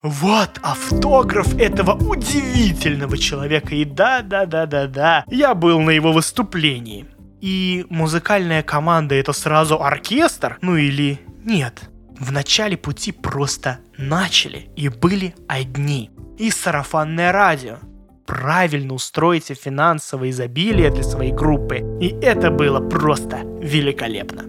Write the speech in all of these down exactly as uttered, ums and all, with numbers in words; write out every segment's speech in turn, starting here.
Вот автограф этого удивительного человека. И да-да-да-да-да, я был на его выступлении. И музыкальная команда — это сразу оркестр? Ну или нет? В начале пути просто начали и были одни. И сарафанное радио. Правильно устройте финансовое изобилие для своей группы. И это было просто великолепно.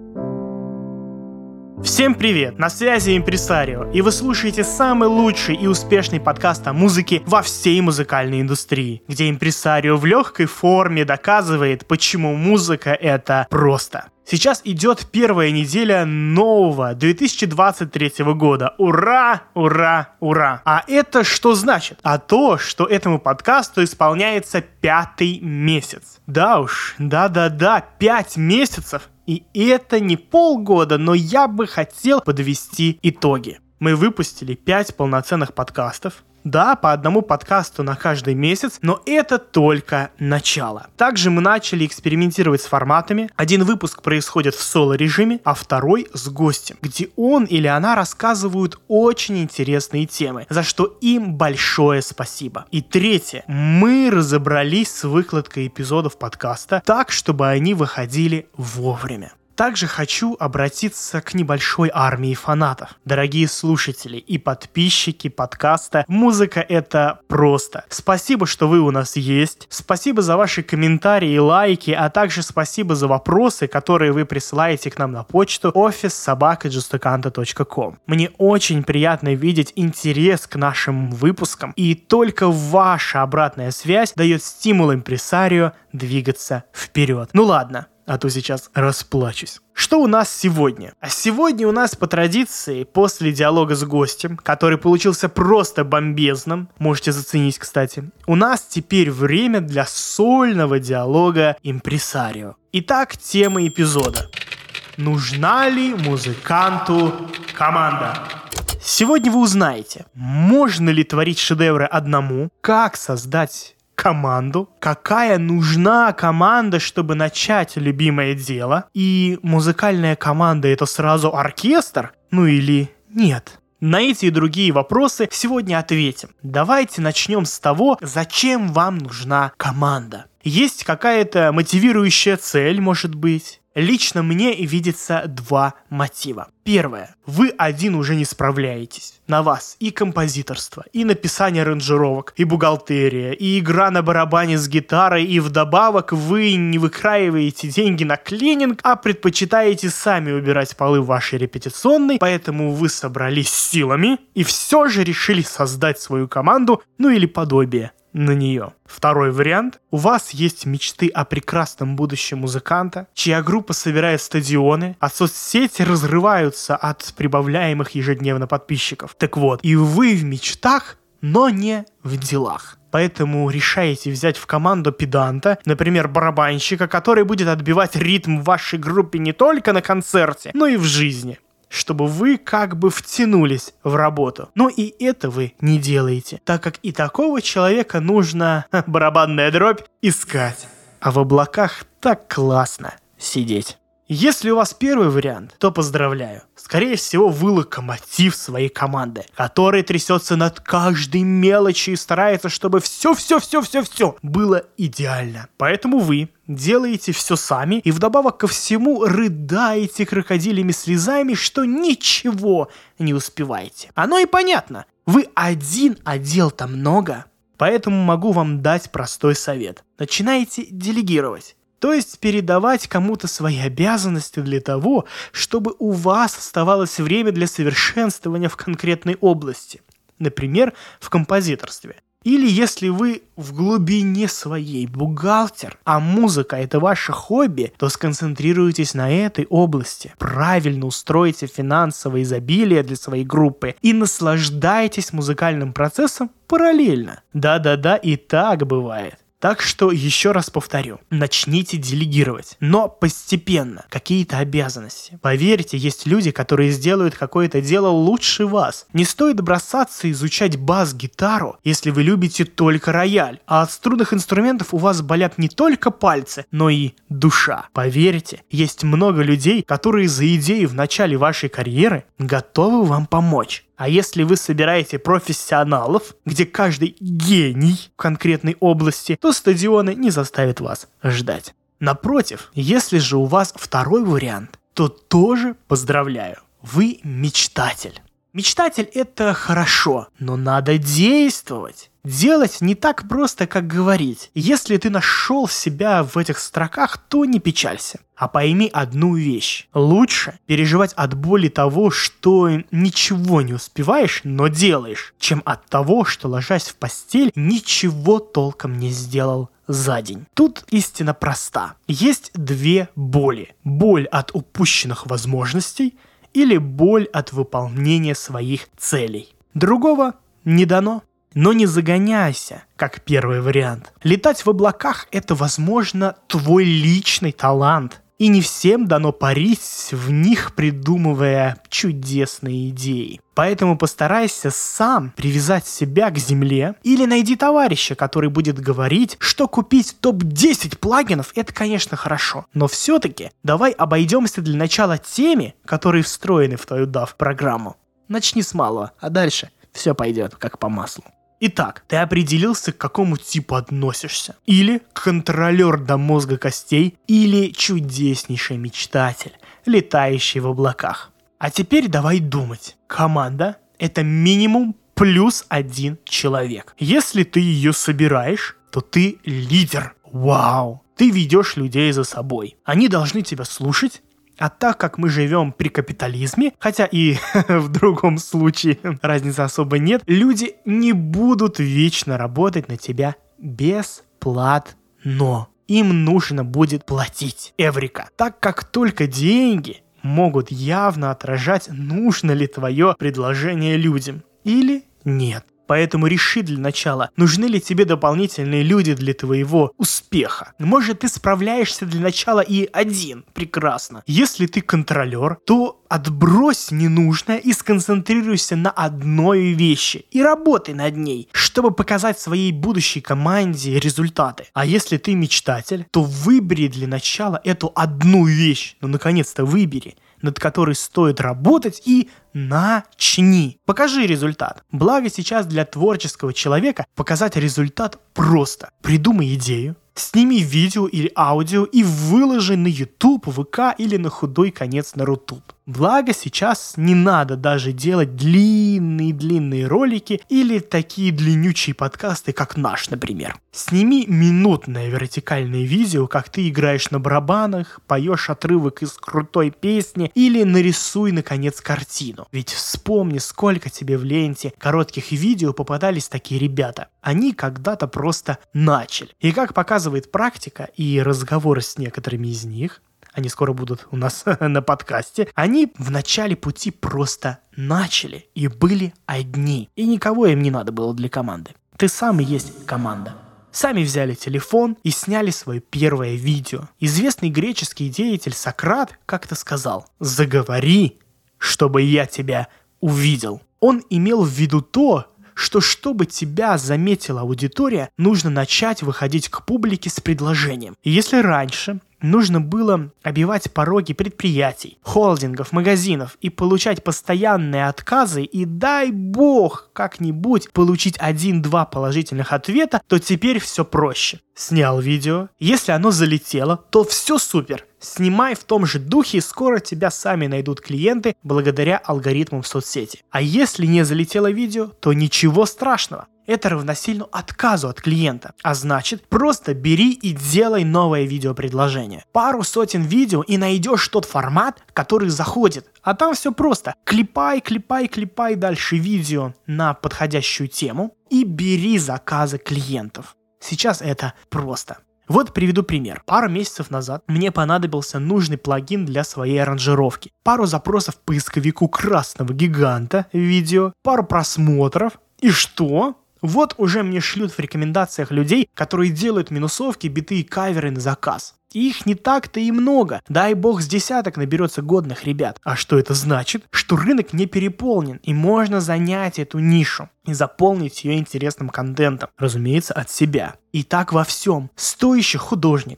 Всем привет! На связи Импресарио, и вы слушаете самый лучший и успешный подкаст о музыке во всей музыкальной индустрии, где Импресарио в легкой форме доказывает, почему музыка — это просто. Сейчас идет первая неделя нового две тысячи двадцать третьего года. Ура, ура, ура! А это что значит? А то, что этому подкасту исполняется пятый месяц. Да уж, да-да-да, пять месяцев. И это не полгода, но я бы хотел подвести итоги. Мы выпустили пять полноценных подкастов. Да, по одному подкасту на каждый месяц, но это только начало. Также мы начали экспериментировать с форматами. Один выпуск происходит в соло-режиме, а второй с гостем, где он или она рассказывают очень интересные темы, за что им большое спасибо. И третье. Мы разобрались с выкладкой эпизодов подкаста так, чтобы они выходили вовремя. Также хочу обратиться к небольшой армии фанатов. Дорогие слушатели и подписчики подкаста, музыка — это просто. Спасибо, что вы у нас есть. Спасибо за ваши комментарии и лайки, а также спасибо за вопросы, которые вы присылаете к нам на почту офис собака джустаканта точка ком. Мне очень приятно видеть интерес к нашим выпускам, и только ваша обратная связь дает стимул Импресарио двигаться вперед. Ну ладно. А то сейчас расплачусь. Что у нас сегодня? А сегодня у нас по традиции, после диалога с гостем, который получился просто бомбезным, можете заценить, кстати, у нас теперь время для сольного диалога Импресарио. Итак, тема эпизода. Нужна ли музыканту команда? Сегодня вы узнаете, можно ли творить шедевры одному, как создать команду, какая нужна команда, чтобы начать любимое дело, и музыкальная команда — это сразу оркестр, ну или нет? На эти и другие вопросы сегодня ответим. Давайте начнем с того, зачем вам нужна команда. Есть какая-то мотивирующая цель, может быть? Лично мне видится два мотива. Первое. Вы один уже не справляетесь. На вас и композиторство, и написание аранжировок, и бухгалтерия, и игра на барабане с гитарой, и вдобавок вы не выкраиваете деньги на клининг, а предпочитаете сами убирать полы в вашей репетиционной, поэтому вы собрались силами и все же решили создать свою команду, ну или подобие на нее. Второй вариант. У вас есть мечты о прекрасном будущем музыканта, чья группа собирает стадионы, а соцсети разрываются от прибавляемых ежедневно подписчиков. Так вот, и вы в мечтах, но не в делах. Поэтому решаете взять в команду педанта, например, барабанщика, который будет отбивать ритм в вашей группе не только на концерте, но и в жизни, чтобы вы как бы втянулись в работу. Но и это вы не делаете, так как и такого человека нужно, ха, барабанная дробь, искать. А в облаках так классно сидеть. Если у вас первый вариант, то поздравляю. Скорее всего, вы локомотив своей команды, который трясется над каждой мелочью и старается, чтобы все-все-все-все-все было идеально. Поэтому вы делаете все сами и вдобавок ко всему рыдаете крокодилями слезами, что ничего не успеваете. Оно и понятно. Вы один, а дел-то много. Поэтому могу вам дать простой совет. Начинайте делегировать. То есть передавать кому-то свои обязанности для того, чтобы у вас оставалось время для совершенствования в конкретной области. Например, в композиторстве. Или если вы в глубине своей бухгалтер, а музыка — это ваше хобби, то сконцентрируйтесь на этой области. Правильно устройте финансовое изобилие для своей группы и наслаждайтесь музыкальным процессом параллельно. Да-да-да, и так бывает. Так что еще раз повторю, начните делегировать, но постепенно, какие-то обязанности. Поверьте, есть люди, которые сделают какое-то дело лучше вас. Не стоит бросаться изучать бас-гитару, если вы любите только рояль, а от струнных инструментов у вас болят не только пальцы, но и душа. Поверьте, есть много людей, которые за идею в начале вашей карьеры готовы вам помочь. А если вы собираете профессионалов, где каждый гений в конкретной области, то стадионы не заставят вас ждать. Напротив, если же у вас второй вариант, то тоже поздравляю, вы мечтатель. Мечтатель – это хорошо, но надо действовать. Делать не так просто, как говорить. Если ты нашел себя в этих строках, то не печалься. А пойми одну вещь. Лучше переживать от боли того, что ничего не успеваешь, но делаешь, чем от того, что, ложась в постель, ничего толком не сделал за день. Тут истина проста. Есть две боли. Боль от упущенных возможностей или боль от выполнения своих целей. Другого не дано. Но не загоняйся, как первый вариант. Летать в облаках – это, возможно, твой личный талант. И не всем дано парить в них, придумывая чудесные идеи. Поэтому постарайся сам привязать себя к земле или найди товарища, который будет говорить, что купить топ десять плагинов – это, конечно, хорошо. Но все-таки давай обойдемся для начала теми, которые встроены в твою дав-программу. Начни с малого, а дальше все пойдет как по маслу. Итак, ты определился, к какому типу относишься. Или контролер до мозга костей, или чудеснейший мечтатель, летающий в облаках. А теперь давай думать. Команда – это минимум плюс один человек. Если ты ее собираешь, то ты лидер. Вау! Ты ведешь людей за собой. Они должны тебя слушать. А так как мы живем при капитализме, хотя и в другом случае разницы особо нет, люди не будут вечно работать на тебя бесплатно. Им нужно будет платить. Эврика. Так как только деньги могут явно отражать, нужно ли твое предложение людям или нет. Поэтому реши для начала, нужны ли тебе дополнительные люди для твоего успеха. Может, ты справляешься для начала и один. Прекрасно. Если ты контролер, то отбрось ненужное и сконцентрируйся на одной вещи. И работай над ней, чтобы показать своей будущей команде результаты. А если ты мечтатель, то выбери для начала эту одну вещь. Ну, наконец-то выбери, над которой стоит работать, и начни. Покажи результат. Благо сейчас для творческого человека показать результат просто. Придумай идею, сними видео или аудио и выложи на YouTube, ВК или на худой конец на Рутуб. Благо сейчас не надо даже делать длинные-длинные ролики или такие длиннючие подкасты, как наш, например. Сними минутное вертикальное видео, как ты играешь на барабанах, поешь отрывок из крутой песни или нарисуй, наконец, картину. Ведь вспомни, сколько тебе в ленте коротких видео попадались такие ребята. Они когда-то просто начали. И как показывает практика и разговоры с некоторыми из них, они скоро будут у нас на подкасте, они в начале пути просто начали и были одни. И никого им не надо было для команды. Ты сам и есть команда. Сами взяли телефон и сняли свое первое видео. Известный греческий деятель Сократ как-то сказал: «Заговори, чтобы я тебя увидел». Он имел в виду то, что чтобы тебя заметила аудитория, нужно начать выходить к публике с предложением. И если раньше нужно было обивать пороги предприятий, холдингов, магазинов и получать постоянные отказы, и дай бог как-нибудь получить один-два положительных ответа, то теперь все проще. Снял видео, если оно залетело, то все супер. Снимай в том же духе, и скоро тебя сами найдут клиенты благодаря алгоритмам соцсети. А если не залетело видео, то ничего страшного. Это равносильно отказу от клиента. А значит, просто бери и делай новое видеопредложение. Пару сотен видео и найдешь тот формат, который заходит. А там все просто. Клепай, клепай, клепай дальше видео на подходящую тему и бери заказы клиентов. Сейчас это просто. Вот приведу пример. Пару месяцев назад мне понадобился нужный плагин для своей аранжировки. Пару запросов в поисковику красного гиганта видео, пару просмотров. И что? Вот уже мне шлют в рекомендациях людей, которые делают минусовки, биты и каверы на заказ. Их не так-то и много. Дай бог с десяток наберется годных ребят. А что это значит? Что рынок не переполнен, и можно занять эту нишу и заполнить ее интересным контентом. Разумеется, от себя. И так во всем. Стоящих художников,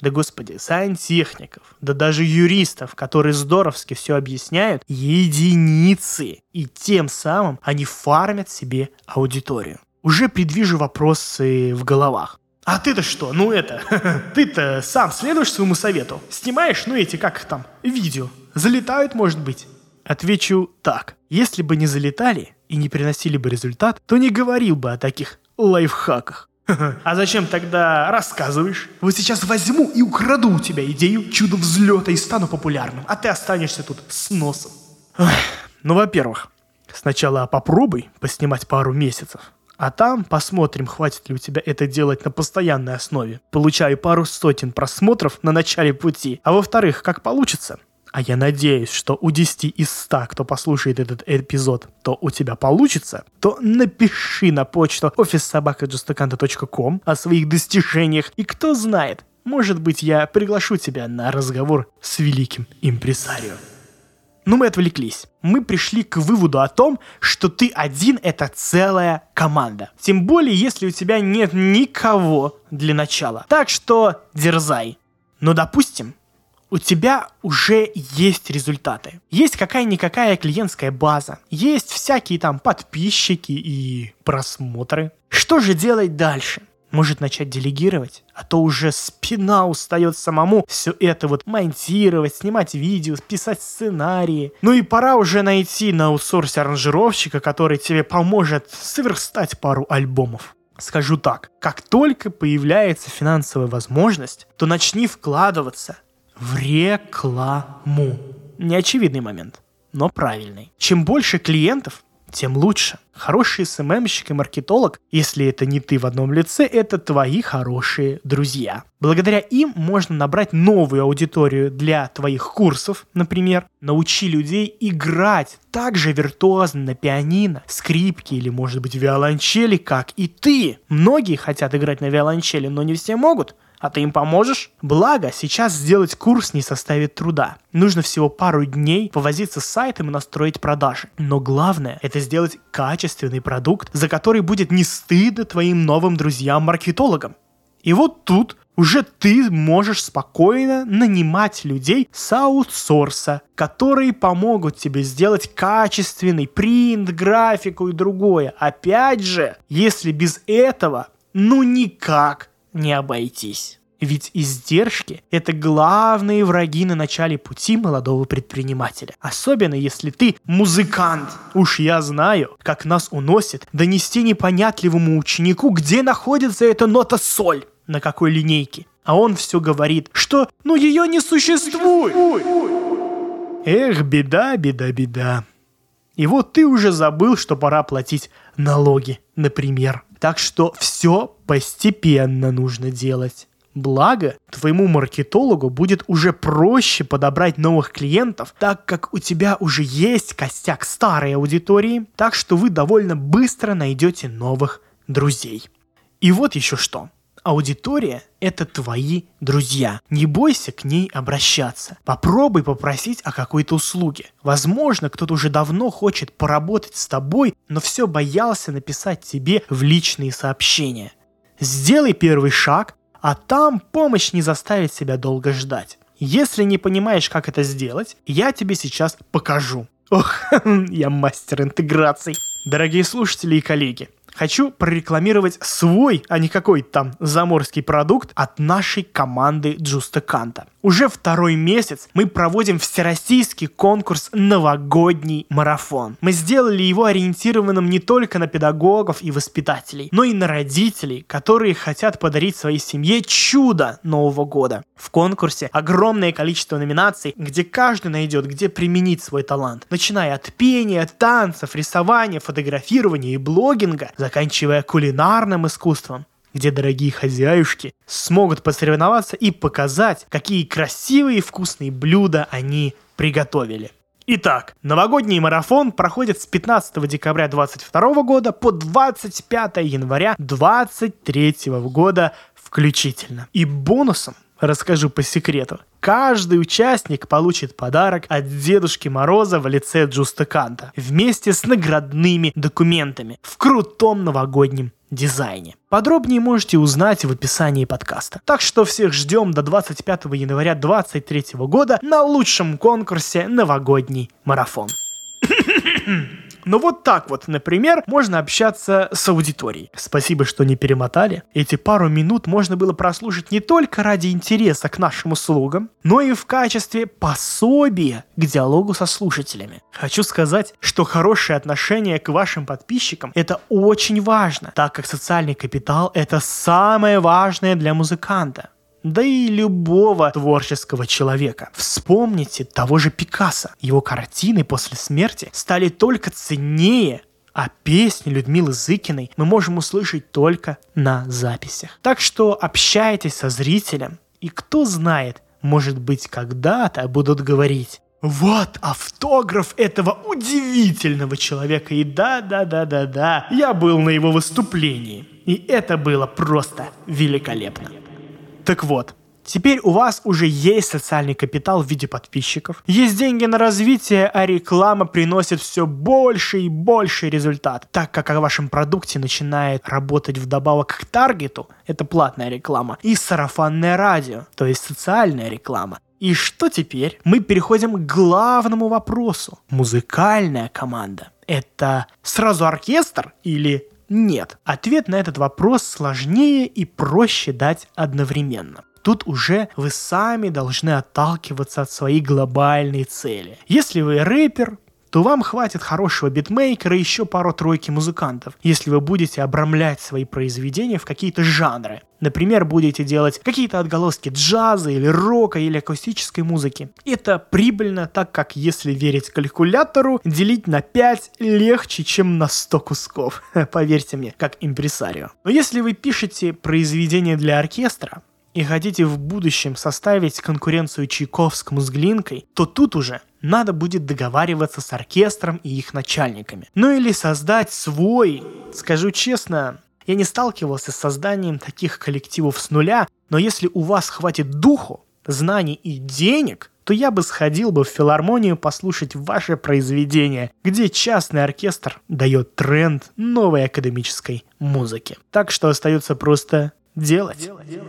да господи, сантехников, да даже юристов, которые здоровски все объясняют, единицы. И тем самым они фармят себе аудиторию. Уже предвижу вопросы в головах. А ты-то что? Ну это, ты-то сам следуешь своему совету? Снимаешь, ну эти, как там, видео? Залетают, может быть? Отвечу так. Если бы не залетали и не приносили бы результат, то не говорил бы о таких лайфхаках. А зачем тогда рассказываешь? Вот сейчас возьму и украду у тебя идею чудо взлета и стану популярным, а ты останешься тут с носом. Ну, во-первых, сначала попробуй поснимать пару месяцев. А там посмотрим, хватит ли у тебя это делать на постоянной основе. Получаю пару сотен просмотров на начале пути. А во-вторых, как получится, а я надеюсь, что у десяти из ста, кто послушает этот эпизод, то у тебя получится, то напиши на почту офис собака джустаканта точка ком о своих достижениях. И кто знает, может быть, я приглашу тебя на разговор с великим импресарио. Ну, мы отвлеклись. Мы пришли к выводу о том, что ты один — это целая команда. Тем более, если у тебя нет никого для начала. Так что дерзай. Но, допустим, у тебя уже есть результаты. Есть какая-никакая клиентская база. Есть всякие там подписчики и просмотры. Что же делать дальше? Может начать делегировать? А то уже спина устает самому все это вот монтировать, снимать видео, писать сценарии. Ну и пора уже найти на аутсорсе аранжировщика, который тебе поможет сверстать пару альбомов. Скажу так, как только появляется финансовая возможность, то начни вкладываться в рекламу. Неочевидный момент, но правильный. Чем больше клиентов, тем лучше. Хороший эс эм эм-щик и маркетолог, если это не ты в одном лице, это твои хорошие друзья. Благодаря им можно набрать новую аудиторию для твоих курсов, например. Научи людей играть так же виртуозно на пианино, скрипке или, может быть, виолончели, как и ты. Многие хотят играть на виолончели, но не все могут. А ты им поможешь? Благо, сейчас сделать курс не составит труда. Нужно всего пару дней повозиться с сайтом и настроить продажи. Но главное, это сделать качественный продукт, за который будет не стыдно твоим новым друзьям-маркетологам. И вот тут уже ты можешь спокойно нанимать людей с аутсорса, которые помогут тебе сделать качественный принт, графику и другое. Опять же, если без этого, ну никак не обойтись. Ведь издержки – это главные враги на начале пути молодого предпринимателя. Особенно если ты музыкант. Уж я знаю, как нас уносит донести непонятливому ученику, где находится эта нота соль, на какой линейке. А он все говорит, что ну ее не существует. Эх, беда, беда, беда. И вот ты уже забыл, что пора платить налоги, например. Так что все постепенно нужно делать. Благо, твоему маркетологу будет уже проще подобрать новых клиентов, так как у тебя уже есть костяк старой аудитории, так что вы довольно быстро найдете новых друзей. И вот еще что. Аудитория – это твои друзья. Не бойся к ней обращаться. Попробуй попросить о какой-то услуге. Возможно, кто-то уже давно хочет поработать с тобой, но все боялся написать тебе в личные сообщения. Сделай первый шаг, а там помощь не заставит себя долго ждать. Если не понимаешь, как это сделать, я тебе сейчас покажу. Ох, я мастер интеграций. Дорогие слушатели и коллеги, хочу прорекламировать свой, а не какой-то там заморский продукт от нашей команды Джустаканта. Уже второй месяц мы проводим всероссийский конкурс «Новогодний марафон». Мы сделали его ориентированным не только на педагогов и воспитателей, но и на родителей, которые хотят подарить своей семье чудо Нового года. В конкурсе огромное количество номинаций, где каждый найдет, где применить свой талант. Начиная от пения, танцев, рисования, фотографирования и блогинга, заканчивая кулинарным искусством, где дорогие хозяюшки смогут посоревноваться и показать, какие красивые и вкусные блюда они приготовили. Итак, новогодний марафон проходит с пятнадцатого декабря две тысячи двадцать второго года по двадцать пятого января две тысячи двадцать третьего года включительно. И бонусом Расскажу по секрету. Каждый участник получит подарок от Дедушки Мороза в лице Джуста Канта вместе с наградными документами в крутом новогоднем дизайне. Подробнее можете узнать в описании подкаста. Так что всех ждем до двадцать пятого января двадцать третьего года на лучшем конкурсе «Новогодний марафон». Ну вот так вот, например, можно общаться с аудиторией. Спасибо, что не перемотали. Эти пару минут можно было прослушать не только ради интереса к нашим услугам, но и в качестве пособия к диалогу со слушателями. Хочу сказать, что хорошее отношение к вашим подписчикам – это очень важно, так как социальный капитал – это самое важное для музыканта. Да и любого творческого человека. Вспомните того же Пикассо. Его картины после смерти стали только ценнее, а песни Людмилы Зыкиной мы можем услышать только на записях. Так что общайтесь со зрителем, и кто знает, может быть, когда-то будут говорить: вот автограф этого удивительного человека. И да-да-да-да-да, я был на его выступлении. И это было просто великолепно. Так вот, теперь у вас уже есть социальный капитал в виде подписчиков, есть деньги на развитие, а реклама приносит все больше и больше результат, так как о вашем продукте начинает работать вдобавок к таргету, это платная реклама, и сарафанное радио, то есть социальная реклама. И что теперь? Мы переходим к главному вопросу. Музыкальная команда – это сразу оркестр или нет? Ответ на этот вопрос сложнее и проще дать одновременно. Тут уже вы сами должны отталкиваться от своей глобальной цели. Если вы рэпер, то вам хватит хорошего битмейкера и еще пару-тройки музыкантов, если вы будете обрамлять свои произведения в какие-то жанры. Например, будете делать какие-то отголоски джаза или рока или акустической музыки. Это прибыльно, так как, если верить калькулятору, делить на пять легче, чем на сто кусков. Поверьте мне, как импресарио. Но если вы пишете произведение для оркестра и хотите в будущем составить конкуренцию Чайковскому с Глинкой, то тут уже надо будет договариваться с оркестром и их начальниками. Ну или создать свой. Скажу честно, я не сталкивался с созданием таких коллективов с нуля, но если у вас хватит духу, знаний и денег, то я бы сходил бы в филармонию послушать ваше произведение, где частный оркестр дает тренд новой академической музыки. Так что остается просто делать.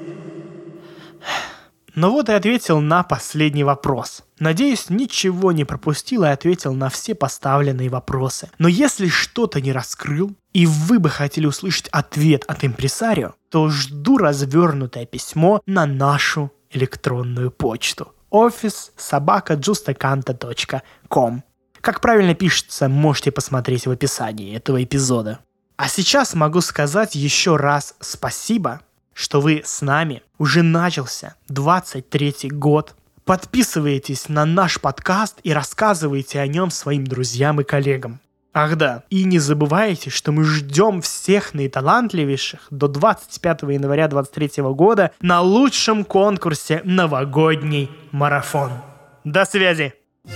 Ну вот и ответил на последний вопрос. Надеюсь, ничего не пропустил и ответил на все поставленные вопросы. Но если что-то не раскрыл, и вы бы хотели услышать ответ от импресарио, то жду развернутое письмо на нашу электронную почту. офис собака джустаканта точка ком. Как правильно пишется, можете посмотреть в описании этого эпизода. А сейчас могу сказать еще раз спасибо, что вы с нами. Уже начался двадцать третий год. Подписывайтесь на наш подкаст и рассказывайте о нем своим друзьям и коллегам. Ах да, и не забывайте, что мы ждем всех наиталантливейших до двадцать пятого января двадцать третьего года на лучшем конкурсе «Новогодний марафон». До связи!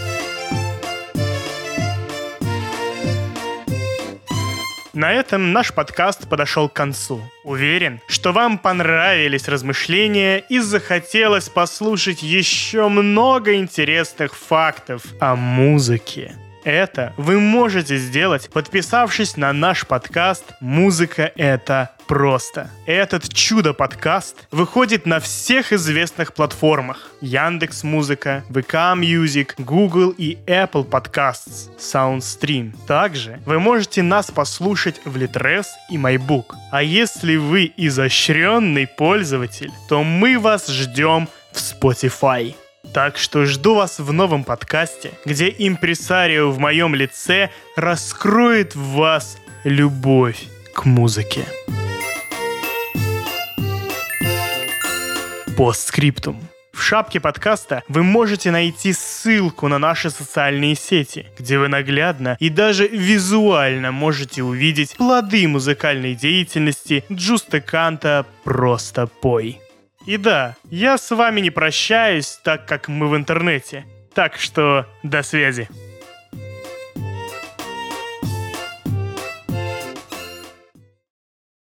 На этом наш подкаст подошел к концу. Уверен, что вам понравились размышления и захотелось послушать еще много интересных фактов о музыке. Это вы можете сделать, подписавшись на наш подкаст «Музыка – это просто». Этот чудо-подкаст выходит на всех известных платформах: Яндекс.Музыка, ви кей Music, Google и Apple Podcasts, SoundStream. Также вы можете нас послушать в Litres и MyBook. А если вы изощренный пользователь, то мы вас ждем в Spotify. Так что жду вас в новом подкасте, где импресарио в моем лице раскроет в вас любовь к музыке. Постскриптум. В шапке подкаста вы можете найти ссылку на наши социальные сети, где вы наглядно и даже визуально можете увидеть плоды музыкальной деятельности Джуста Канта «Просто пой». И да, я с вами не прощаюсь, так как мы в интернете. Так что до связи.